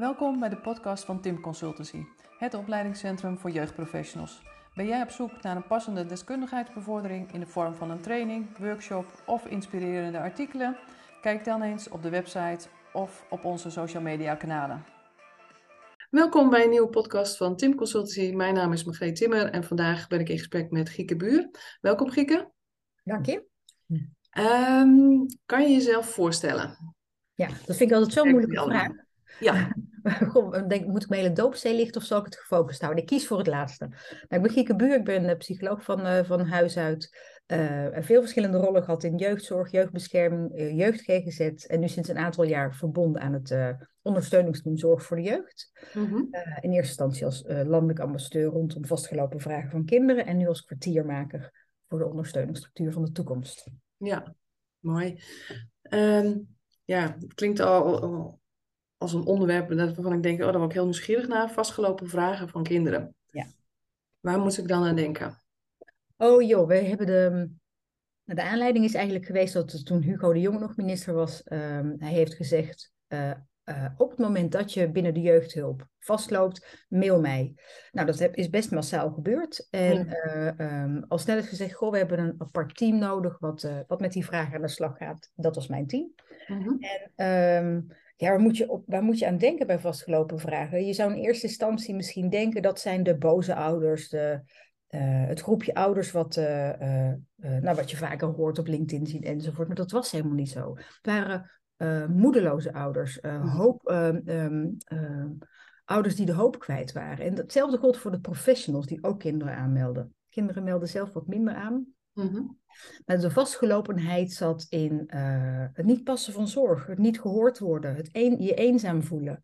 Welkom bij de podcast van Tim Consultancy, het opleidingscentrum voor jeugdprofessionals. Ben jij op zoek naar een passende deskundigheidsbevordering in de vorm van een training, workshop of inspirerende artikelen? Kijk dan eens op de website of op onze social media kanalen. Welkom bij een nieuwe podcast van Tim Consultancy. Mijn naam is Margreet Timmer en vandaag ben ik in gesprek met Gieke Buur. Welkom Gieke. Dank je. Kan je jezelf voorstellen? Ja, dat vind ik altijd zo'n moeilijke vraag. Ja. Goh, moet ik mijn hele doopzee lichten of zal ik het gefocust houden? Ik kies voor het laatste. Nou, ik ben Gieke Buur, ik ben psycholoog van huis uit. Veel verschillende rollen gehad in jeugdzorg, jeugdbescherming, jeugd GGZ. En nu sinds een aantal jaar verbonden aan het ondersteuningsteam Zorg voor de Jeugd. In eerste instantie als landelijk ambassadeur rondom vastgelopen vragen van kinderen. En nu als kwartiermaker voor de ondersteuningsstructuur van de toekomst. Ja, mooi. Ja, het klinkt al als een onderwerp waarvan ik denk, daar word ik heel nieuwsgierig naar. Vastgelopen vragen van kinderen. Ja. Waar moet ik dan aan denken? Oh joh, we hebben de aanleiding is eigenlijk geweest dat toen Hugo de Jonge nog minister was, hij heeft gezegd, op het moment dat je binnen de jeugdhulp vastloopt, mail mij. Nou, dat is best massaal gebeurd. En al snel is gezegd, goh, we hebben een apart team nodig wat met die vragen aan de slag gaat. Dat was mijn team. En ja, waar moet je aan denken bij vastgelopen vragen? Je zou in eerste instantie misschien denken dat zijn de boze ouders, het groepje ouders wat je vaker hoort op LinkedIn zien enzovoort. Maar dat was helemaal niet zo. Het waren moedeloze ouders, ouders die de hoop kwijt waren. En hetzelfde geldt voor de professionals die ook kinderen aanmelden. Kinderen melden zelf wat minder aan. Maar de vastgelopenheid zat in het niet passen van zorg, het niet gehoord worden, je eenzaam voelen.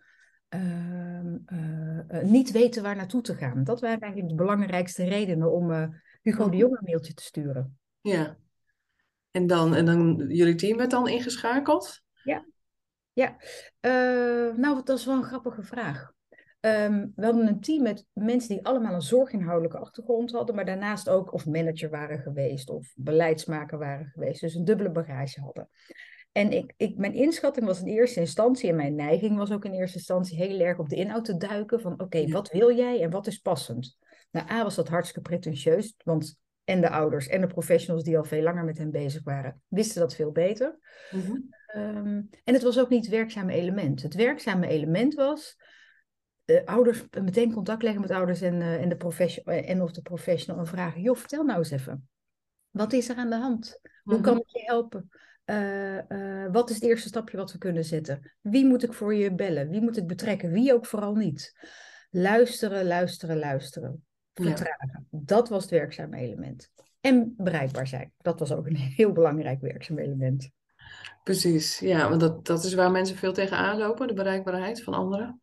Niet weten waar naartoe te gaan. Dat waren eigenlijk de belangrijkste redenen om Hugo de Jonge een mailtje te sturen. Ja, en dan jullie team werd dan ingeschakeld? Ja. Nou, dat is wel een grappige vraag. We hadden een team met mensen die allemaal een zorginhoudelijke achtergrond hadden, maar daarnaast ook of manager waren geweest of beleidsmaker waren geweest, dus een dubbele bagage hadden. En mijn inschatting was in eerste instantie, en mijn neiging was ook in eerste instantie heel erg op de inhoud te duiken van oké, wat wil jij en wat is passend? Nou, A was dat hartstikke pretentieus, want en de ouders en de professionals die al veel langer met hen bezig waren, wisten dat veel beter. En het was ook niet het werkzame element. Het werkzame element was ouders meteen contact leggen met ouders en de professional en vragen, joh, vertel nou eens even. Wat is er aan de hand? Hoe kan ik je helpen? Wat is het eerste stapje wat we kunnen zetten? Wie moet ik voor je bellen? Wie moet ik betrekken? Wie ook vooral niet? Luisteren, luisteren, luisteren. Vertragen. Dat was het werkzame element. En bereikbaar zijn. Dat was ook een heel belangrijk werkzaam element. Precies, ja, want dat is waar mensen veel tegenaan lopen, de bereikbaarheid van anderen.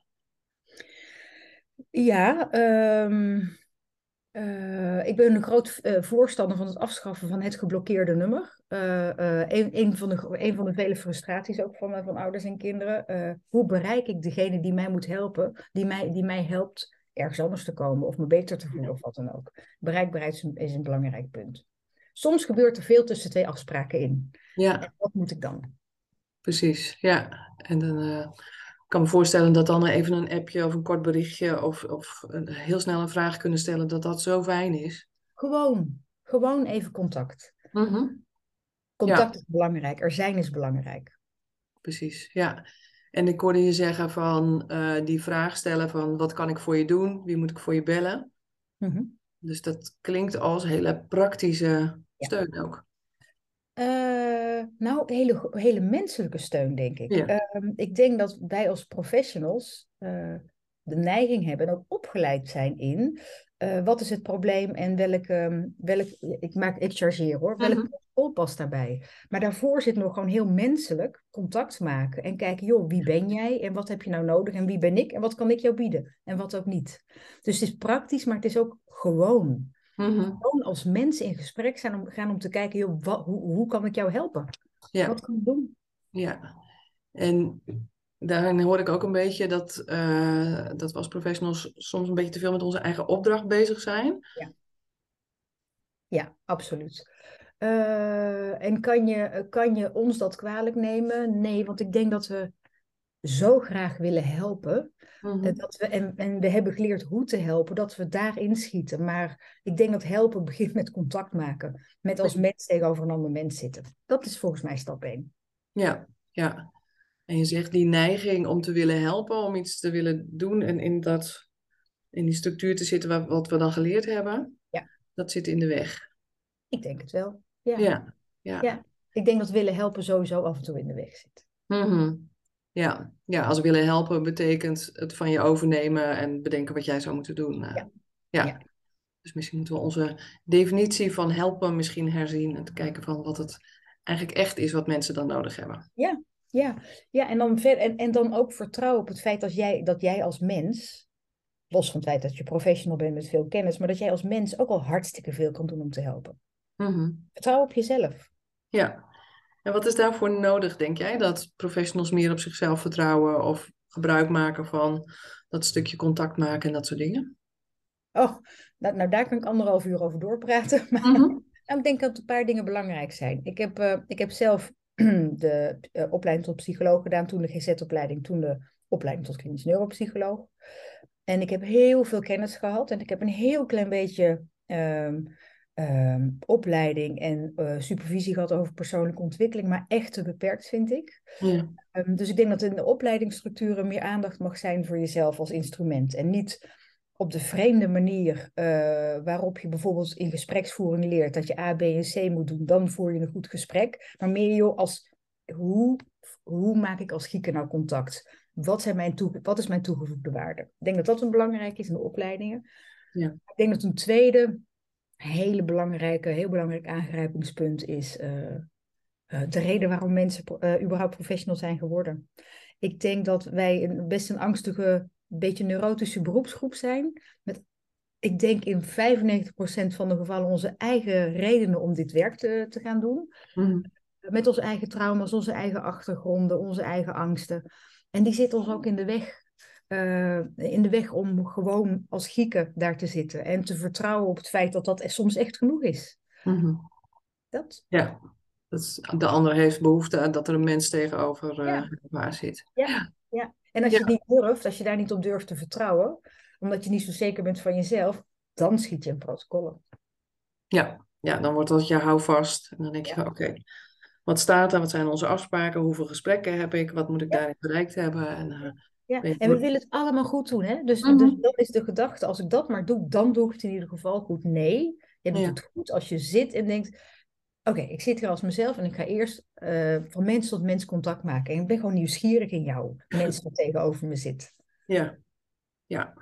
Ja, ik ben een groot voorstander van het afschaffen van het geblokkeerde nummer. Een van de vele frustraties ook van ouders en kinderen. Hoe bereik ik degene die mij moet helpen, die mij helpt ergens anders te komen of me beter te voelen of wat dan ook. Bereikbaarheid is een belangrijk punt. Soms gebeurt er veel tussen twee afspraken in. Ja, En wat moet ik dan? precies, ja. En dan kan me voorstellen dat dan even een appje of een kort berichtje of heel snel een vraag kunnen stellen, dat zo fijn is. Gewoon even contact. Ja, Contact is belangrijk. Er zijn is belangrijk. precies, ja. En ik hoorde je zeggen van die vraag stellen van wat kan ik voor je doen? Wie moet ik voor je bellen? Dus dat klinkt als hele praktische Ja. steun ook. Nou, hele menselijke steun, denk ik. Ja. Ik denk dat wij als professionals de neiging hebben en ook opgeleid zijn in wat is het probleem en ik chargeer hoor, welk protocol past daarbij. Maar daarvoor zit nog gewoon heel menselijk contact maken en kijken, joh, wie ben jij en wat heb je nou nodig en wie ben ik en wat kan ik jou bieden en wat ook niet. Dus het is praktisch, maar het is ook gewoon. Gewoon als mensen in gesprek gaan om te kijken, joh, hoe kan ik jou helpen? Ja, Wat kan ik doen? ja. En daarin hoor ik ook een beetje dat we als professionals soms een beetje te veel met onze eigen opdracht bezig zijn. Ja, ja, absoluut. En kan je ons dat kwalijk nemen? Nee, want ik denk dat we zo graag willen helpen. Mhm. En we hebben geleerd hoe te helpen, dat we daarin schieten. Maar ik denk dat helpen begint met contact maken. Met als mens tegenover een ander mens zitten. Dat is volgens mij stap 1. Ja, ja. En je zegt die neiging om te willen helpen, om iets te willen doen en in die structuur te zitten wat we dan geleerd hebben, Ja, dat zit in de weg. ik denk het wel. Ja, Ja, ja. ja. Ik denk dat willen helpen sowieso af en toe in de weg zit. Mhm. Ja. Ja, als willen helpen betekent het van je overnemen en bedenken wat jij zou moeten doen. Ja, ja, Ja, dus misschien moeten we onze definitie van helpen misschien herzien en te kijken van wat het eigenlijk echt is wat mensen dan nodig hebben. ja, ja. Ja, en dan, en dan ook vertrouwen op het feit dat jij als mens, los van het feit dat je professional bent met veel kennis, maar dat jij als mens ook al hartstikke veel kan doen om te helpen. Mhm. Vertrouw op jezelf. Ja. En wat is daarvoor nodig, denk jij? Dat professionals meer op zichzelf vertrouwen of gebruik maken van dat stukje contact maken en dat soort dingen? Oh, nou daar kan ik 1,5 uur over doorpraten. Maar Mhm. nou, ik denk dat een paar dingen belangrijk zijn. Ik heb zelf de opleiding tot psycholoog gedaan, toen de GZ-opleiding, toen de opleiding tot klinisch neuropsycholoog. En ik heb heel veel kennis gehad en ik heb een heel klein beetje opleiding en supervisie gehad over persoonlijke ontwikkeling, maar echt te beperkt vind ik. Ja. Dus ik denk dat in de opleidingsstructuren meer aandacht mag zijn voor jezelf als instrument. En niet op de vreemde manier waarop je bijvoorbeeld in gespreksvoering leert dat je A, B en C moet doen. Dan voer je een goed gesprek. Maar meer joh, als hoe, hoe maak ik als Gieke nou contact? Wat is mijn toegevoegde waarde? Ik denk dat dat een belangrijk is in de opleidingen. Ja. Ik denk dat een tweede heel belangrijk aangrijpingspunt is de reden waarom mensen überhaupt professional zijn geworden. Ik denk dat wij best een angstige, beetje neurotische beroepsgroep zijn. Met, ik denk in 95% van de gevallen onze eigen redenen om dit werk te gaan doen. Mhm. Met onze eigen trauma's, onze eigen achtergronden, onze eigen angsten. En die zitten ons ook in de weg om gewoon als Gieken daar te zitten. En te vertrouwen op het feit dat dat soms echt genoeg is. Mhm. Dat, Ja, de ander heeft behoefte aan dat er een mens tegenover ja. haar zit. Ja, ja. En als je het Ja. niet durft, als je daar niet op durft te vertrouwen, omdat je niet zo zeker bent van jezelf, dan schiet je in protocollen. Ja. Ja, dan wordt dat je houvast. En dan denk je Ja, van oké, wat staat er? Wat zijn onze afspraken? Hoeveel gesprekken heb ik? Wat moet ik ja, daarin bereikt hebben? En ja. weet En we je. willen het allemaal goed doen, hè? Dus Mhm. dat is de gedachte. Als ik dat maar doe, dan doe ik het in ieder geval goed. Nee, je doet Ja. het goed als je zit en denkt, oké, ik zit hier als mezelf en ik ga eerst van mens tot mens contact maken. En ik ben gewoon nieuwsgierig in jou, mensen wat tegenover me zit. Ja. Ja.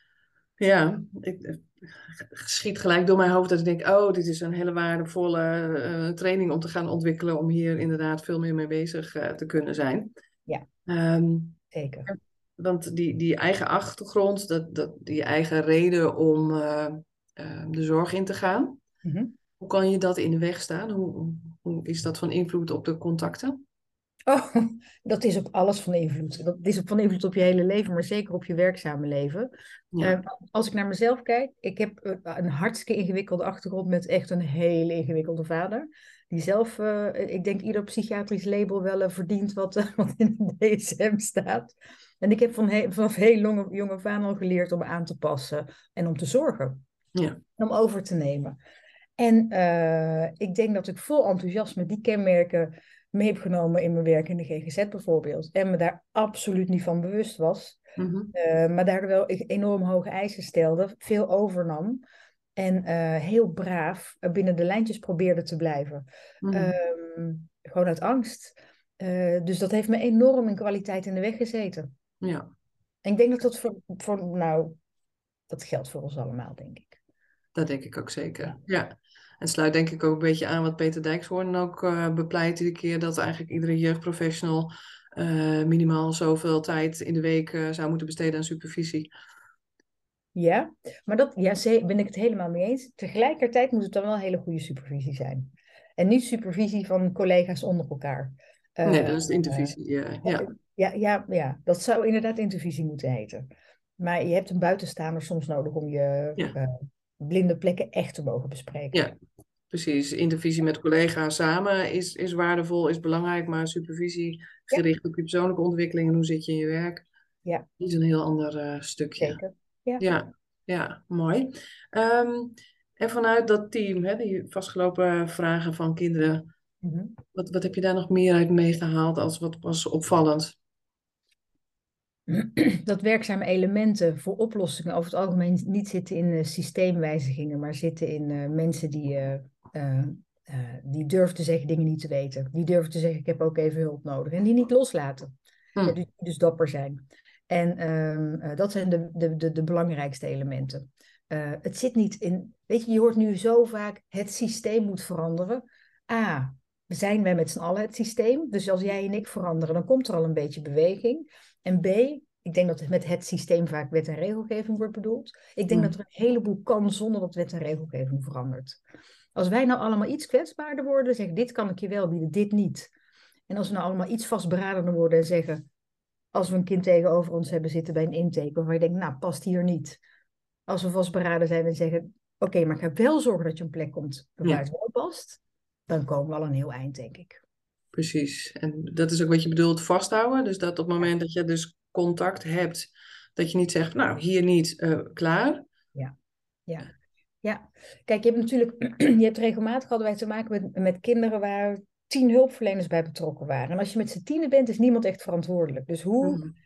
Ja, ik schiet gelijk door mijn hoofd dat ik denk, oh, dit is een hele waardevolle training om te gaan ontwikkelen, om hier inderdaad veel meer mee bezig te kunnen zijn. Ja, Ehm, zeker. want die eigen achtergrond, die eigen reden om de zorg in te gaan, Mhm. hoe kan je dat in de weg staan? Hoe is dat van invloed op de contacten? Oh, dat is op alles van invloed. Dat is van invloed op je hele leven, maar zeker op je werkzame leven. Ja. Als ik naar mezelf kijk, ik heb een hartstikke ingewikkelde achtergrond met echt een hele ingewikkelde vader. Die zelf, ik denk ieder psychiatrisch label wel verdient wat in de DSM staat. En ik heb vanaf heel jonge van al geleerd om aan te passen en om te zorgen, Ja. om over te nemen. En ik denk dat ik vol enthousiasme die kenmerken mee heb genomen in mijn werk in de GGZ bijvoorbeeld. En me daar absoluut niet van bewust was. Mhm. Maar daardoor wel enorm hoge eisen stelde, veel overnam. En heel braaf binnen de lijntjes probeerde te blijven. Mhm. Gewoon uit angst. Dus dat heeft me enorm in kwaliteit in de weg gezeten. Ja, En ik denk dat dat nou, dat geldt voor ons allemaal, denk ik. dat denk ik ook zeker. Ja. En sluit denk ik ook een beetje aan wat Peter Dijkshoorn ook bepleit iedere keer, dat eigenlijk iedere jeugdprofessional minimaal zoveel tijd in de week zou moeten besteden aan supervisie. Ja, maar ben ik het helemaal mee eens. Tegelijkertijd moet het dan wel hele goede supervisie zijn. En niet supervisie van collega's onder elkaar. Nee, Eh, dat is de intervisie. Ja, ja, dat zou inderdaad intervisie moeten heten. Maar je hebt een buitenstaander soms nodig om je ja, blinde plekken echt te mogen bespreken. ja. precies. Intervisie met collega's samen is waardevol, is belangrijk, maar supervisie Ja, gericht op je persoonlijke ontwikkeling en hoe zit je in je werk, ja, is een heel ander stukje. zeker. Ja. Ja, ja, mooi. Ehm, en vanuit dat team, hè, die vastgelopen vragen van kinderen, Mhm. wat heb je daar nog meer uit meegehaald als wat was opvallend? Dat werkzame elementen voor oplossingen over het algemeen niet zitten in systeemwijzigingen, maar zitten in mensen die durven te zeggen dingen niet te weten. Die durven te zeggen, ik heb ook even hulp nodig. En die niet loslaten. Hm, Dus dapper zijn. En dat zijn de belangrijkste elementen. Het zit niet in, weet je hoort nu zo vaak, het systeem moet veranderen. A, zijn wij met z'n allen het systeem? Dus als jij en ik veranderen, dan komt er al een beetje beweging. En B, ik denk dat met het systeem vaak wet en regelgeving wordt bedoeld. Ik denk hm, dat er een heleboel kan zonder dat wet en regelgeving verandert. Als wij nou allemaal iets kwetsbaarder worden, zeggen dit kan ik je wel bieden, dit niet. En als we nou allemaal iets vastberadener worden en zeggen, als we een kind tegenover ons hebben zitten bij een intake, waarvan je denkt, nou, past hier niet. Als we vastberaden zijn en zeggen, oké, maar ik ga wel zorgen dat je een plek komt waar ja, het wel past, dan komen we al een heel eind, denk ik. precies. En dat is ook wat je bedoelt, vasthouden. Dus dat op het Ja, moment dat je dus contact hebt, dat je niet zegt, nou, hier niet, klaar. ja, ja. Ja, kijk, je hebt natuurlijk, je hebt regelmatig hadden wij te maken met kinderen waar 10 hulpverleners bij betrokken waren. En als je met z'n tienen bent, is niemand echt verantwoordelijk. Dus hoe, Hm,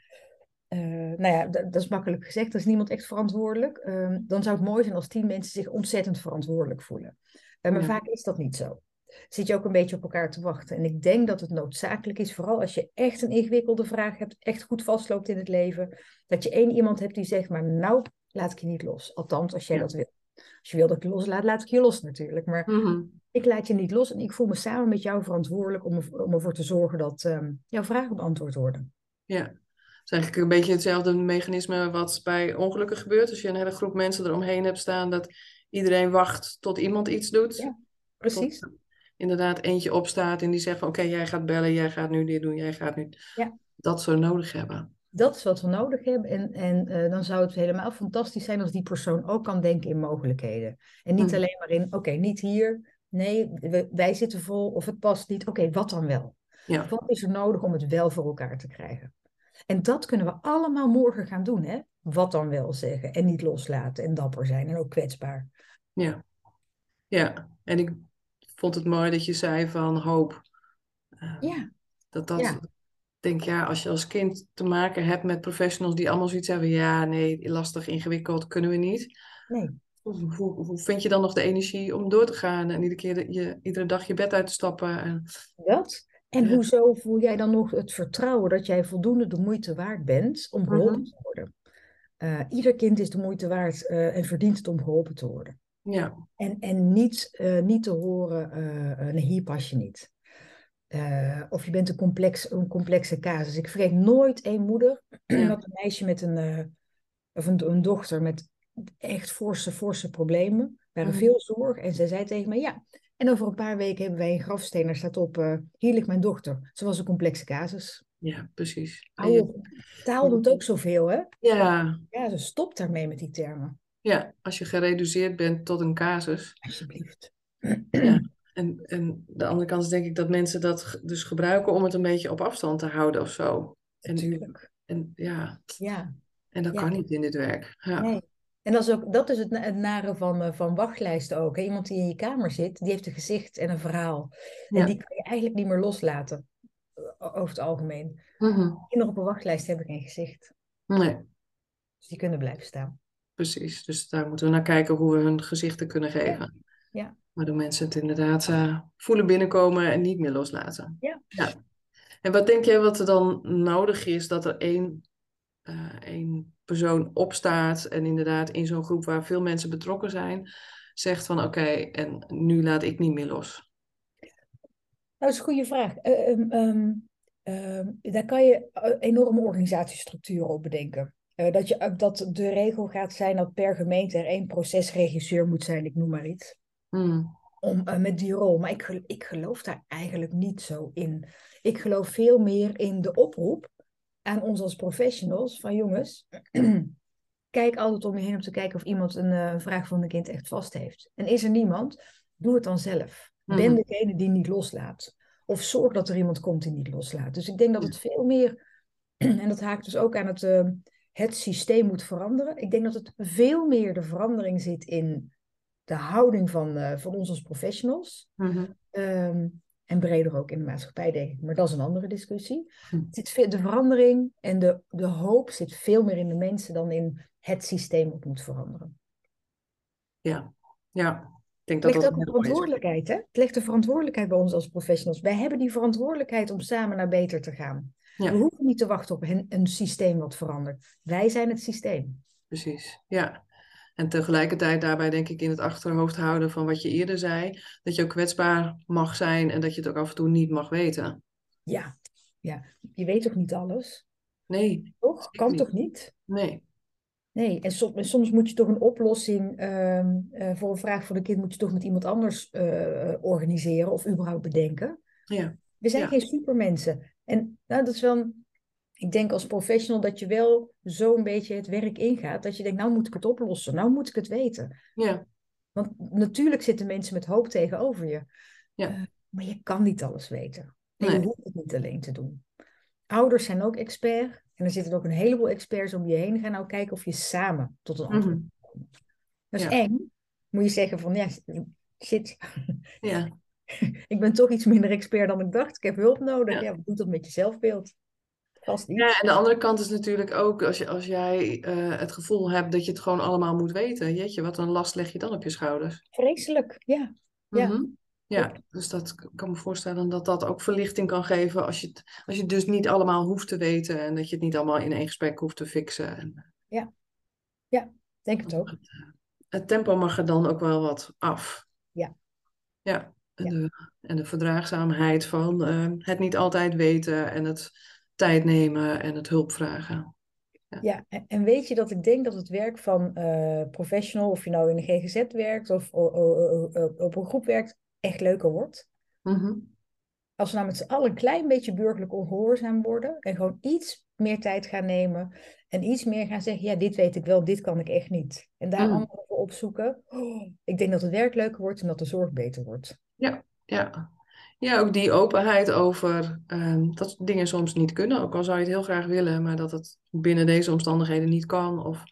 nou ja, dat is makkelijk gezegd, er is niemand echt verantwoordelijk. Dan zou het mooi zijn als 10 mensen zich ontzettend verantwoordelijk voelen. Maar ja, vaak is dat niet zo. Zit je ook een beetje op elkaar te wachten. En ik denk dat het noodzakelijk is, vooral als je echt een ingewikkelde vraag hebt, echt goed vastloopt in het leven, dat je één iemand hebt die zegt, maar nou laat ik je niet los. Althans, als jij ja. dat wil. Als je wil dat ik je loslaat, laat ik je los natuurlijk. Maar Mhm. ik laat je niet los en ik voel me samen met jou verantwoordelijk om ervoor te zorgen dat jouw vragen beantwoord worden. Ja. Het is eigenlijk een beetje hetzelfde mechanisme wat bij ongelukken gebeurt. Als je een hele groep mensen eromheen hebt staan, dat iedereen wacht tot iemand iets doet. Ja, Tot precies. inderdaad eentje opstaat en die zegt van oké, jij gaat bellen, jij gaat nu dit doen, jij gaat nu Ja, dat zo nodig hebben. dat is wat we nodig hebben. En dan zou het helemaal fantastisch zijn als die persoon ook kan denken in mogelijkheden. En niet Hm. alleen maar in, oké, niet hier. Nee, wij zitten vol of het past niet. Oké, wat dan wel? Ja, Wat is er nodig om het wel voor elkaar te krijgen? En dat kunnen we allemaal morgen gaan doen, hè? Wat dan wel zeggen en niet loslaten en dapper zijn en ook kwetsbaar. ja, ja. En ik vond het mooi dat je zei van hoop. Ehm, Ja, dat ja, denk ja, als je als kind te maken hebt met professionals die allemaal zoiets hebben, ja, nee, lastig, ingewikkeld, kunnen we niet. nee, Hoe vind je dan nog de energie om door te gaan en iedere keer iedere dag je bed uit te stappen? En, dat. En ja. hoezo voel jij dan nog het vertrouwen dat jij voldoende de moeite waard bent om geholpen Mhm. te worden? Ieder kind is de moeite waard en verdient het om geholpen te worden. Ja, En niet te horen, nee, hier pas je niet. Of je bent een complexe casus. Ik vergeet nooit één moeder, ja. dat een meisje met of een dochter met echt forse problemen. Er waren Mhm. veel zorg. En zij zei tegen mij, ja. En over een paar weken hebben wij een grafsteen. Daar staat op, hier ligt mijn dochter. Ze was een complexe casus. Ja, precies. En Hou op. Taal doet ook zoveel, hè? ja, Ja, ze stopt daarmee met die termen. ja, als je gereduceerd bent tot een casus. Alsjeblieft. Ja. En de andere kant is denk ik dat mensen dat dus gebruiken om het een beetje op afstand te houden of zo. Natuurlijk. En ja, Ja, en dat kan ja. niet in dit werk. Ja, Nee. En dat is het nare van wachtlijsten ook. Hè? Iemand die in je kamer zit, die heeft een gezicht en een verhaal. En die ja. kan je eigenlijk niet meer loslaten, over het algemeen. Mhm. Kinderen op een wachtlijst hebben geen gezicht. Nee, Dus die kunnen blijven staan. precies. Dus daar moeten we naar kijken hoe we hun gezichten kunnen Ja, geven. ja, Waardoor mensen het inderdaad voelen binnenkomen en niet meer loslaten. ja. Ja. En wat denk jij wat er dan nodig is dat er één persoon opstaat en inderdaad in zo'n groep waar veel mensen betrokken zijn, zegt van oké, en nu laat ik niet meer los. Nou, dat is een goede vraag. Daar kan je enorme organisatiestructuren op bedenken. Dat de regel gaat zijn dat per gemeente er één procesregisseur moet zijn, ik noem maar iets. Hmm. Met die rol. Maar ik geloof daar eigenlijk niet zo in. Ik geloof veel meer in de oproep aan ons als professionals van jongens, kijk altijd om je heen om te kijken of iemand een vraag van een kind echt vast heeft. En is er niemand, doe het dan zelf. Ben Mhm. degene die niet loslaat. Of zorg dat er iemand komt die niet loslaat. Dus ik denk dat Ja. het veel meer, en dat haakt dus ook aan het systeem moet veranderen. Ik denk dat het veel meer de verandering zit in de houding van ons als professionals. Mhm. Ehm, en breder ook in de maatschappij, denk ik. Maar dat is een andere discussie. Hm. De verandering en de hoop zit veel meer in de mensen dan in het systeem dat moet veranderen. Ja. Ja, ik denk dat Het legt dat ook een heel mooi is. verantwoordelijkheid, hè? Het legt de verantwoordelijkheid bij ons als professionals. Wij hebben die verantwoordelijkheid om samen naar beter te gaan. We Ja, hoeven niet te wachten op een systeem wat verandert. Wij zijn het systeem. precies. Ja. En tegelijkertijd daarbij denk ik in het achterhoofd houden van wat je eerder zei, dat je ook kwetsbaar mag zijn en dat je het ook af en toe niet mag weten. Ja, ja. Je weet toch niet alles? Nee, Toch? zeker Kan niet. toch niet? Nee. Nee, en soms moet je toch een oplossing voor een vraag voor een kind moet je toch met iemand anders organiseren of überhaupt bedenken. Ja. We zijn Ja. geen supermensen. En nou, dat is wel, ik denk als professional dat je wel zo'n beetje het werk ingaat, dat je denkt, nou moet ik het oplossen, nou moet ik het weten. Ja. Want natuurlijk zitten mensen met hoop tegenover je, Ja. maar je kan niet alles weten. En je Nee. hoeft het niet alleen te doen. Ouders zijn ook expert. En er zitten ook een heleboel experts om je heen. Ga nou kijken of je samen tot een antwoord Mhm. komt. Dat is Ja. eng. Moet je zeggen van, ja, shit, Ja. ik ben toch iets minder expert dan ik dacht. Ik heb hulp nodig. Ja. Ja, wat doet dat met je zelfbeeld? Vast Ja, iets. en de andere kant is natuurlijk ook als jij het gevoel hebt dat je het gewoon allemaal moet weten. Jeetje, wat een last leg je dan op je schouders. Vreselijk, ja. Ja, Mhm. Ja, klopt. dus ik kan me voorstellen dat dat ook verlichting kan geven als je het dus niet allemaal hoeft te weten en dat je het niet allemaal in één gesprek hoeft te fixen. En, Ja, ja, denk het ook. het tempo mag er dan ook wel wat af. Ja, Ja, en ja. de verdraagzaamheid van het niet altijd weten en het tijd nemen en het hulp vragen. Ja. Ja, en weet je dat ik denk dat het werk van professional, of je nou in de GGZ werkt of op een groep werkt, echt leuker wordt. Mhm. Als we nou met z'n allen een klein beetje burgerlijk ongehoorzaam worden en gewoon iets meer tijd gaan nemen en iets meer gaan zeggen, ja, dit weet ik wel, dit kan ik echt niet. En daar Mhm. anderen voor opzoeken. Oh, ik denk dat het werk leuker wordt en dat de zorg beter wordt. Ja, ja. Ja, ook die openheid over dat dingen soms niet kunnen, ook al zou je het heel graag willen, maar dat het binnen deze omstandigheden niet kan. Of,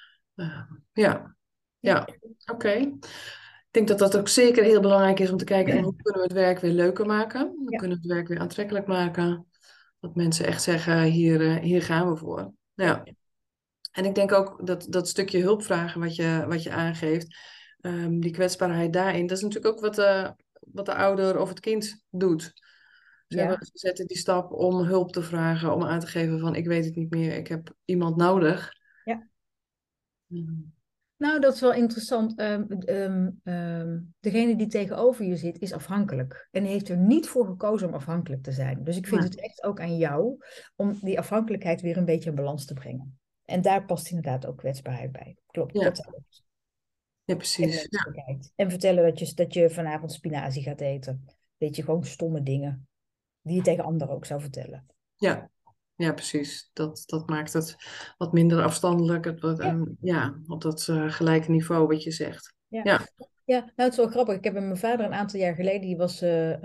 ja, Ja, ja, oké. Ik denk dat dat ook zeker heel belangrijk is om te kijken van hoe kunnen we het werk weer leuker maken? Hoe ja, kunnen we het werk weer aantrekkelijk maken? Dat mensen echt zeggen, hier gaan we voor. ja, Ja. En ik denk ook dat stukje hulpvragen wat je aangeeft, die kwetsbaarheid daarin, dat is natuurlijk ook wat de ouder of het kind doet. Ze ja. zetten die stap om hulp te vragen, om aan te geven van ik weet het niet meer, ik heb iemand nodig. Ja. Mhm. Nou, dat is wel interessant. Degene die tegenover je zit, is afhankelijk. En heeft er niet voor gekozen om afhankelijk te zijn. Dus ik vind Ja, het echt ook aan jou om die afhankelijkheid weer een beetje in balans te brengen. En daar past inderdaad ook kwetsbaarheid bij. Klopt, ja, dat helpt. ja, En precies. Ja, menselijkheid. En vertellen dat je vanavond spinazie gaat eten. Weet je, gewoon stomme dingen die je tegen anderen ook zou vertellen. ja, ja, precies. Dat maakt het wat minder afstandelijk, Ja, ja, op dat gelijke niveau wat je zegt. ja. Ja, Ja, nou, het is wel grappig. Ik heb met mijn vader een aantal jaar geleden, die was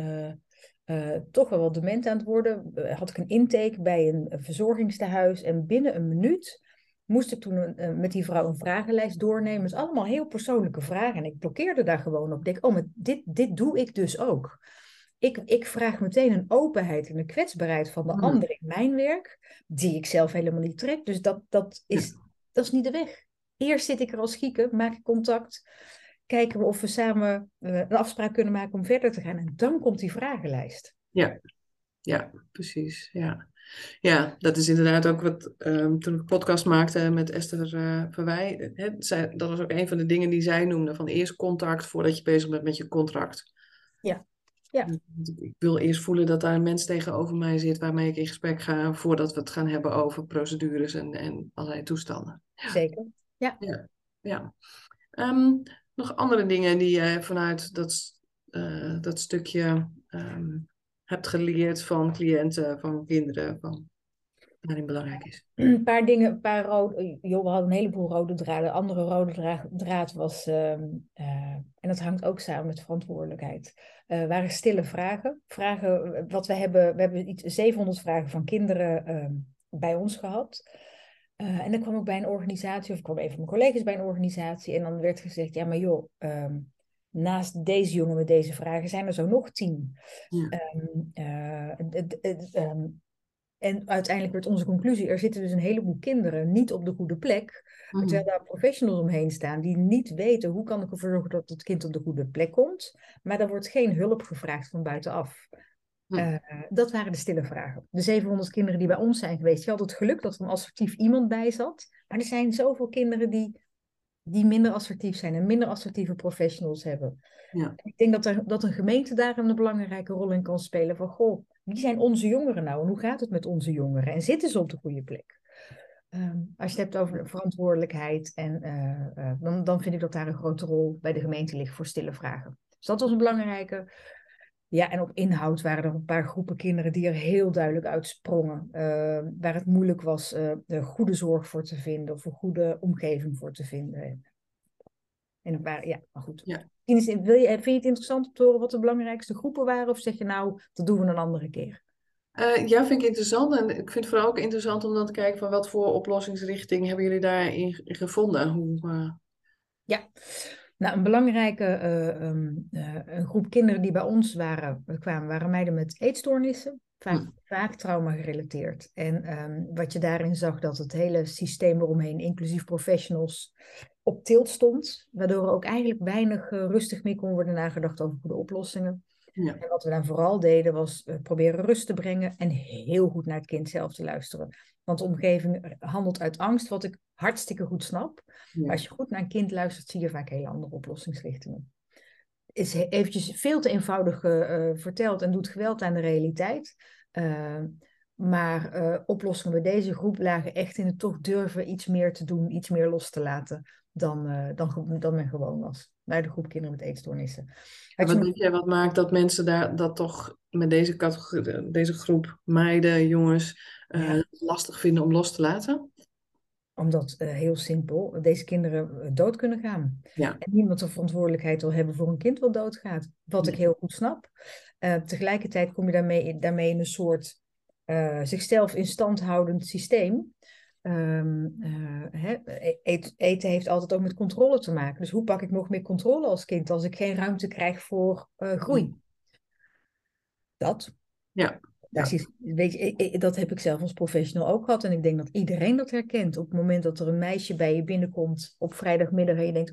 toch wel wat dement aan het worden. Had ik een intake bij een verzorgingstehuis. En binnen een minuut moest ik toen met die vrouw een vragenlijst doornemen. Het is allemaal heel persoonlijke vragen. En ik blokkeerde daar gewoon op. Ik denk, oh, maar dit doe ik dus ook. Ik vraag meteen een openheid en een kwetsbaarheid van de mhm. ander in mijn werk, die ik zelf helemaal niet trek. Dus Ja, dat is niet de weg. Eerst zit ik er als Gieke, maak ik contact, kijken we of we samen een afspraak kunnen maken om verder te gaan. En dan komt die vragenlijst. ja, ja, precies. Ja. Ja, dat is inderdaad ook wat toen ik een podcast maakte met Esther Verwij. Dat was ook een van de dingen die zij noemde: van eerst contact voordat je bezig bent met je contract. Ja, ja, Ik wil eerst voelen dat daar een mens tegenover mij zit waarmee ik in gesprek ga voordat we het gaan hebben over procedures en allerlei toestanden. zeker. Ja, Ja, ja. Ehm, nog andere dingen die je vanuit dat stukje hebt geleerd van cliënten, van kinderen? Van... daarin belangrijk is. Een paar dingen, een paar rode... Joh, we hadden een heleboel rode draden. Andere rode draad was... en dat hangt ook samen met verantwoordelijkheid. Waren stille vragen. Vragen wat we hebben iets 700 vragen van kinderen bij ons gehad. En dan kwam ik bij een organisatie, of kwam een van mijn collega's bij een organisatie. En dan werd gezegd, ja maar joh, naast deze jongen met deze vragen zijn er zo nog 10. Ja. En uiteindelijk werd onze conclusie, er zitten dus een heleboel kinderen niet op de goede plek. Mhm. Terwijl daar professionals omheen staan die niet weten hoe kan ik ervoor zorgen dat het kind op de goede plek komt. Maar er wordt geen hulp gevraagd van buitenaf. Dat waren de stille vragen. De 700 kinderen die bij ons zijn geweest, je had het geluk dat er een assertief iemand bij zat. Maar er zijn zoveel kinderen die minder assertief zijn en minder assertieve professionals hebben. Ja. Ik denk dat een gemeente daar een belangrijke rol in kan spelen. Van, goh, wie zijn onze jongeren nou? En hoe gaat het met onze jongeren? En zitten ze op de goede plek? Als je het hebt over verantwoordelijkheid, dan vind ik dat daar een grote rol bij de gemeente ligt voor stille vragen. Dus dat was een belangrijke. Ja, en op inhoud waren er een paar groepen kinderen die er heel duidelijk uitsprongen. Waar het moeilijk was de goede zorg voor te vinden of een goede omgeving voor te vinden. En ja, maar goed. Ja. Vind je het interessant om te horen wat de belangrijkste groepen waren? Of zeg je nou, dat doen we een andere keer? Ja, vind ik interessant. En ik vind het vooral ook interessant om dan te kijken van wat voor oplossingsrichting hebben jullie daarin gevonden? Ja, nou een belangrijke een groep kinderen die bij ons kwamen, waren meiden met eetstoornissen. Vaak trauma gerelateerd. En wat je daarin zag, dat het hele systeem eromheen, inclusief professionals, op tilt stond. Waardoor er ook eigenlijk weinig rustig meer kon worden nagedacht over goede oplossingen. Ja. En wat we dan vooral deden was proberen rust te brengen en heel goed naar het kind zelf te luisteren. Want de omgeving handelt uit angst, wat ik hartstikke goed snap. Ja. Maar als je goed naar een kind luistert, zie je vaak hele andere oplossingsrichtingen. Is eventjes veel te eenvoudig verteld en doet geweld aan de realiteit. Maar oplossingen bij deze groep lagen echt in het toch durven iets meer te doen, iets meer los te laten dan men gewoon was. Bij de groep kinderen met eetstoornissen. En wat denk jij, wat maakt dat mensen dat toch met deze groep meiden, jongens, lastig vinden om los te laten? Omdat, heel simpel, deze kinderen dood kunnen gaan. Ja. En niemand de verantwoordelijkheid wil hebben voor een kind wat doodgaat. Wat ik heel goed snap. Tegelijkertijd kom je daarmee in een soort zichzelf in stand houdend systeem. Eten heeft altijd ook met controle te maken. Dus hoe pak ik nog meer controle als kind als ik geen ruimte krijg voor groei? Dat. Ja. Weet je, dat heb ik zelf als professional ook gehad. En ik denk dat iedereen dat herkent. Op het moment dat er een meisje bij je binnenkomt op vrijdagmiddag en je denkt,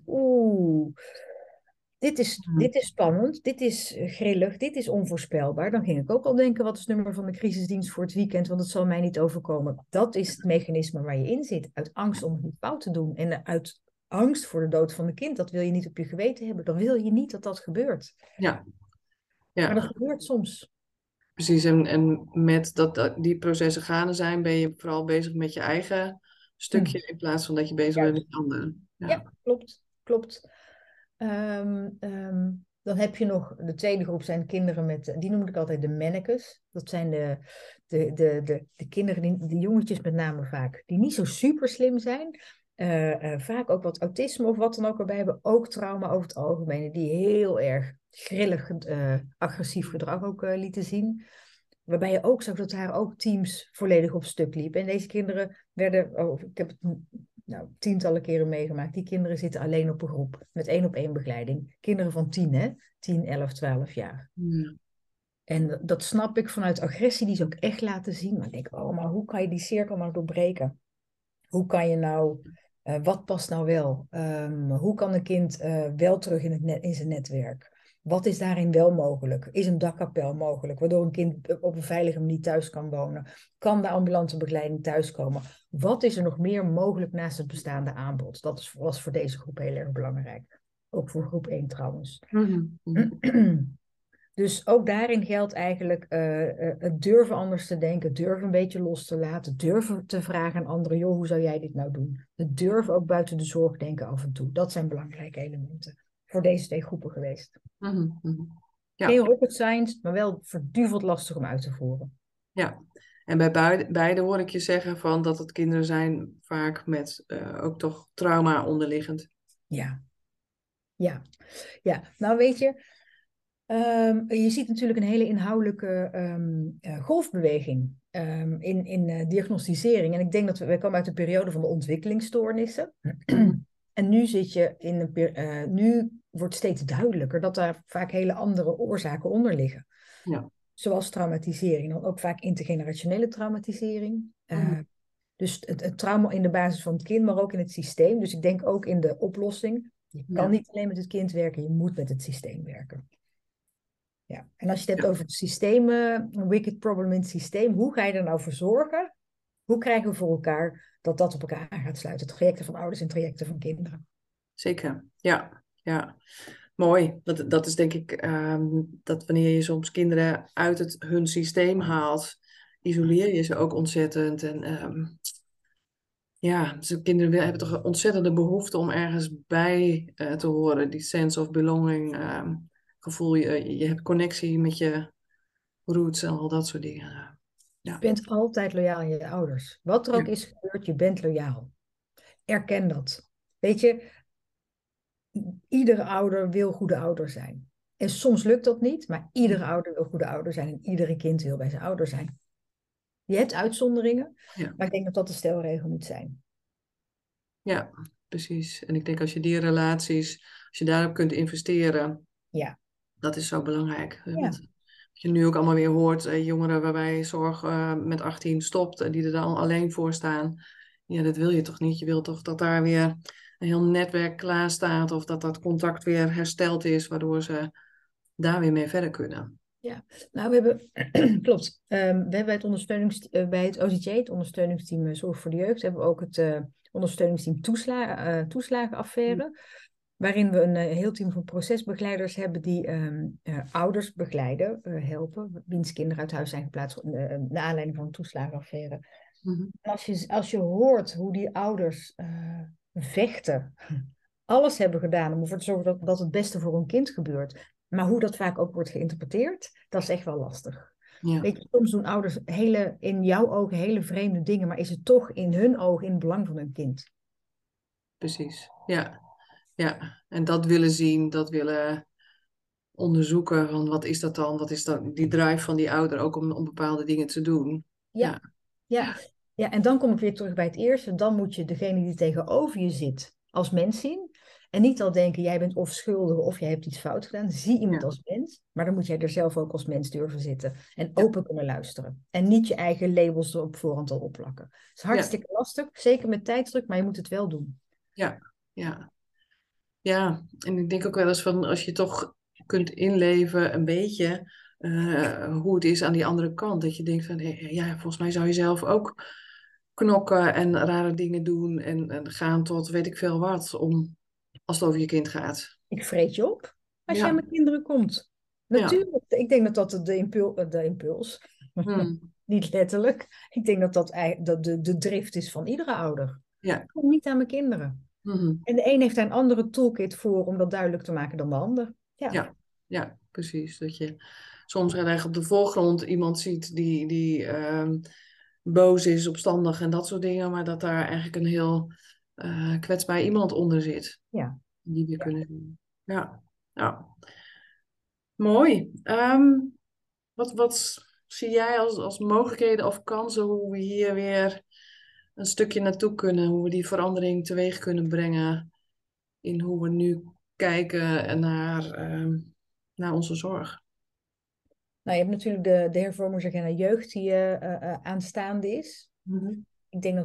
dit is spannend, dit is grillig, dit is onvoorspelbaar. Dan ging ik ook al denken, wat is het nummer van de crisisdienst voor het weekend? Want het zal mij niet overkomen. Dat is het mechanisme waar je in zit. Uit angst om het fout te doen. En uit angst voor de dood van een kind. Dat wil je niet op je geweten hebben. Dan wil je niet dat dat gebeurt. Ja. Maar dat gebeurt soms. Precies, en met dat die processen gaande zijn, ben je vooral bezig met je eigen stukje in plaats van dat je bezig bent met anderen. Ja, klopt. Dan heb je nog, de tweede groep zijn kinderen met, die noem ik altijd de mannekes. Dat zijn de kinderen, de jongetjes met name vaak, die niet zo super slim zijn. Vaak ook wat autisme of wat dan ook erbij hebben. Ook trauma over het algemeen. Die heel erg grillig, agressief gedrag ook lieten zien. Waarbij je ook zag dat daar ook teams volledig op stuk liepen. En deze kinderen werden, ik heb het tientallen keren meegemaakt. Die kinderen zitten alleen op een groep. Met 1-op-1 begeleiding. Kinderen van 10, hè? 10, 11, 12 jaar. Ja. En dat snap ik vanuit agressie, die ze ook echt laten zien. Maar ik denk, maar hoe kan je die cirkel nou doorbreken? Hoe kan je nou, wat past nou wel? Hoe kan een kind wel terug in zijn netwerk? Wat is daarin wel mogelijk? Is een dakkapel mogelijk, waardoor een kind op een veilige manier thuis kan wonen? Kan de ambulante begeleiding thuiskomen? Wat is er nog meer mogelijk naast het bestaande aanbod? Dat was voor deze groep heel erg belangrijk. Ook voor groep 1 trouwens. Dus ook daarin geldt eigenlijk het durven anders te denken, durven een beetje los te laten, durven te vragen aan anderen, joh, hoe zou jij dit nou doen? Het durven ook buiten de zorg denken af en toe. Dat zijn belangrijke elementen voor deze 2 groepen geweest. Ja. Geen rocket science, maar wel verduveld lastig om uit te voeren. Ja, En bij beide hoor ik je zeggen van dat het kinderen zijn vaak met ook toch trauma onderliggend. Ja, ja, ja. Nou weet je, je ziet natuurlijk een hele inhoudelijke golfbeweging in diagnosticering. En ik denk dat wij komen uit de periode van de ontwikkelingsstoornissen. Mhm. En nu zit je nu wordt steeds duidelijker dat daar vaak hele andere oorzaken onder liggen. Ja. Zoals traumatisering, dan ook vaak intergenerationele traumatisering. Mhm. Dus het trauma in de basis van het kind, maar ook in het systeem. Dus ik denk ook in de oplossing. Je kan Ja. niet alleen met het kind werken, je moet met het systeem werken. Ja. En als je het hebt Ja. over het systeem, een wicked problem in het systeem, hoe ga je er nou voor zorgen? Hoe krijgen we voor elkaar dat dat op elkaar aan gaat sluiten? Trajecten van ouders en trajecten van kinderen. Zeker, ja, ja. Mooi. Dat is denk ik dat wanneer je soms kinderen uit hun systeem haalt, isoleer je ze ook ontzettend. En ja, dus kinderen hebben toch een ontzettende behoefte om ergens bij te horen. Die sense of belonging, gevoel, je hebt connectie met je roots en al dat soort dingen. Je Ja, bent altijd loyaal aan je ouders. Wat er ook ja, is gebeurd, je bent loyaal. Erken dat. Weet je, iedere ouder wil goede ouder zijn. En soms lukt dat niet, maar iedere ouder wil goede ouder zijn en iedere kind wil bij zijn ouder zijn. Je hebt uitzonderingen, ja, maar ik denk dat dat de stelregel moet zijn. ja, precies. En ik denk als je die relaties, als je daarop kunt investeren, Ja, dat is zo belangrijk. ja. Wat je nu ook allemaal weer hoort, jongeren waarbij zorg met 18 stopt en die er dan alleen voor staan. Ja, dat wil je toch niet? Je wilt toch dat daar weer een heel netwerk klaar staat of dat dat contact weer hersteld is, waardoor ze daar weer mee verder kunnen. Ja, nou we hebben, klopt, we hebben bij het OZJ, het ondersteuningsteam Zorg voor de Jeugd, hebben we ook het ondersteuningsteam toeslagenaffaire, waarin we een heel team van procesbegeleiders hebben die ouders begeleiden, helpen, wiens kinderen uit huis zijn geplaatst naar aanleiding van een toeslagenaffaire. Mhm. En als je hoort hoe die ouders vechten, alles hebben gedaan om ervoor te zorgen dat het beste voor hun kind gebeurt, maar hoe dat vaak ook wordt geïnterpreteerd, dat is echt wel lastig. Ja, Weet je, soms doen ouders in jouw ogen hele vreemde dingen, maar is het toch in hun ogen in het belang van hun kind? precies. Ja, ja. En dat willen zien, dat willen onderzoeken van wat is dat dan? Wat is dat, die drive van die ouder ook om bepaalde dingen te doen? Ja, Ja, ja, ja. En dan kom ik weer terug bij het eerste. Dan moet je degene die tegenover je zit als mens zien. En niet al denken, jij bent of schuldig of jij hebt iets fout gedaan. Zie iemand ja, als mens. Maar dan moet jij er zelf ook als mens durven zitten. En ja, open kunnen luisteren. En niet je eigen labels er op voorhand al opplakken. Het is ja, hartstikke lastig. Zeker met tijdsdruk, maar je moet het wel doen. ja, ja. Ja, en ik denk ook wel eens van als je toch kunt inleven een beetje hoe het is aan die andere kant. Dat je denkt van ja, volgens mij zou je zelf ook knokken en rare dingen doen en gaan tot weet ik veel wat om als het over je kind gaat. Ik vreet je op als je aan Ja, mijn kinderen komt. ja, Natuurlijk. Ik denk dat dat de impuls, hmm, niet letterlijk. Ik denk dat de drift is van iedere ouder. ja, Kom niet aan mijn kinderen. mhm, En de een heeft daar een andere toolkit voor om dat duidelijk te maken dan de ander. Ja, ja, ja, precies. Dat je soms heel erg op de voorgrond iemand ziet die boos is, opstandig en dat soort dingen, maar dat daar eigenlijk een heel kwetsbaar iemand onder zit. ja. Die we Ja. kunnen zien. Ja, ja. Mooi. Wat zie jij als mogelijkheden of kansen hoe we hier weer een stukje naartoe kunnen, hoe we die verandering teweeg kunnen brengen in hoe we nu kijken naar onze zorg? Nou, je hebt natuurlijk de hervormingsagenda jeugd die aanstaande is. Mhm. Ik denk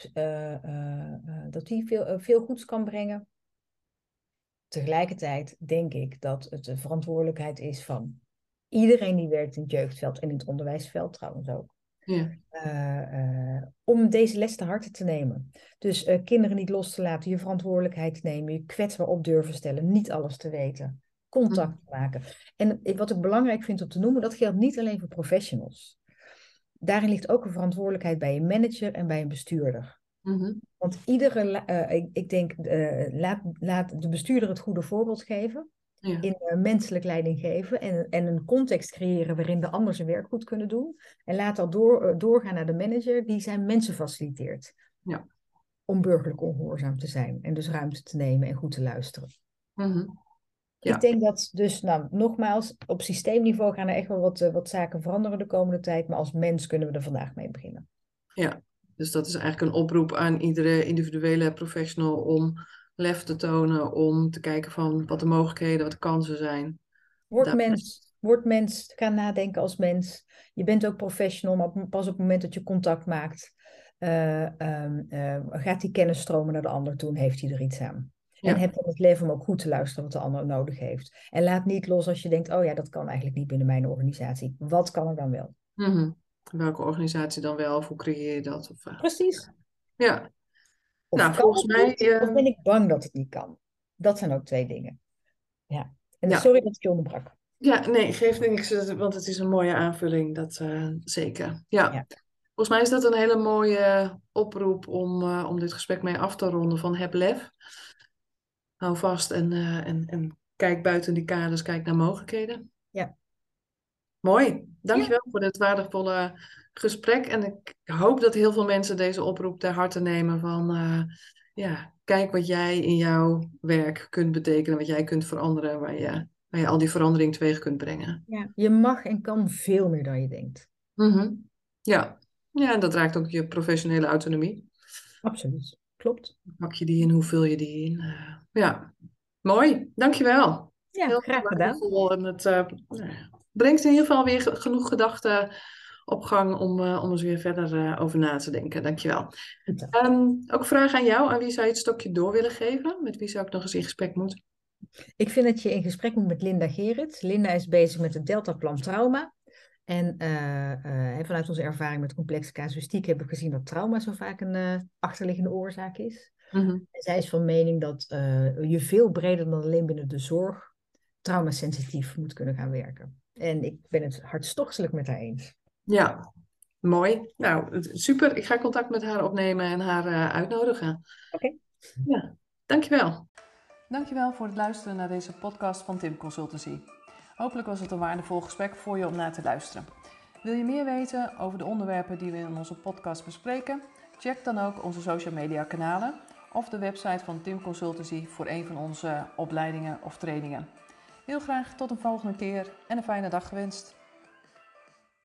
dat die veel goeds kan brengen. Tegelijkertijd denk ik dat het de verantwoordelijkheid is van iedereen die werkt in het jeugdveld en in het onderwijsveld trouwens ook. Ja, Om deze les te harte te nemen. Dus kinderen niet los te laten, je verantwoordelijkheid te nemen, je kwetsbaar op durven stellen, niet alles te weten, contact te maken. En wat ik belangrijk vind om te noemen, dat geldt niet alleen voor professionals. Daarin ligt ook een verantwoordelijkheid bij een manager en bij een bestuurder. Mhm. Want ik denk, laat de bestuurder het goede voorbeeld geven. Ja. in menselijk leiding geven en een context creëren waarin de ander zijn werk goed kunnen doen. En laat dat doorgaan naar de manager die zijn mensen faciliteert. Ja. Om burgerlijk ongehoorzaam te zijn en dus ruimte te nemen en goed te luisteren. Mhm. Ja. Ik denk dat dus, nou, nogmaals, op systeemniveau gaan er echt wel wat zaken veranderen de komende tijd, maar als mens kunnen we er vandaag mee beginnen. Ja, dus dat is eigenlijk een oproep aan iedere individuele professional om lef te tonen, om te kijken van wat de mogelijkheden, wat de kansen zijn. Word mens, ga nadenken als mens. Je bent ook professional, maar pas op het moment dat je contact maakt, gaat die kennis stromen naar de ander toe en heeft hij er iets aan. Ja. En heb dan het lef om ook goed te luisteren wat de ander nodig heeft. En laat niet los als je denkt, oh ja, dat kan eigenlijk niet binnen mijn organisatie. Wat kan er dan wel? Mhm. Welke organisatie dan wel, of hoe creëer je dat? Of, Precies. ja, Of nou kan volgens het mij. niet, of ben ik bang dat het niet kan? Dat zijn ook twee dingen. Ja. En Ja. sorry dat ik je onderbrak. Ja, nee, geeft niks, want het is een mooie aanvulling, dat zeker. Ja. Ja. Volgens mij is dat een hele mooie oproep om dit gesprek mee af te ronden van heb lef. Hou vast en kijk buiten die kaders, kijk naar mogelijkheden. Ja. Mooi, dankjewel voor dit waardevolle gesprek. En ik hoop dat heel veel mensen deze oproep ter harte nemen van kijk wat jij in jouw werk kunt betekenen, wat jij kunt veranderen, waar je al die verandering teweeg kunt brengen. Ja. Je mag en kan veel meer dan je denkt. Mhm. Ja. Ja, en dat raakt ook je professionele autonomie. Absoluut. Klopt. Hoe pak je die in, hoe vul je die in? Ja, mooi, dankjewel. Ja, Heel graag gedaan. waardevol en het brengt in ieder geval weer genoeg gedachten op gang om eens weer verder over na te denken. Dankjewel. Goed zo. Ook vraag aan jou. Aan wie zou je het stokje door willen geven? Met wie zou ik nog eens in gesprek moeten? Ik vind dat je in gesprek moet met Linda Gerrit. Linda is bezig met het Deltaplan Trauma. En vanuit onze ervaring met complexe casuïstiek hebben we gezien dat trauma zo vaak een achterliggende oorzaak is. Mhm. En zij is van mening dat je veel breder dan alleen binnen de zorg traumasensitief moet kunnen gaan werken. En ik ben het hartstochtelijk met haar eens. Ja, mooi. Nou, super. Ik ga contact met haar opnemen en haar uitnodigen. Oké. Ja, dankjewel. Dankjewel voor het luisteren naar deze podcast van Tim Consultancy. Hopelijk was het een waardevol gesprek voor je om naar te luisteren. Wil je meer weten over de onderwerpen die we in onze podcast bespreken? Check dan ook onze social media kanalen of de website van Tim Consultancy voor een van onze opleidingen of trainingen. Heel graag tot een volgende keer en een fijne dag gewenst.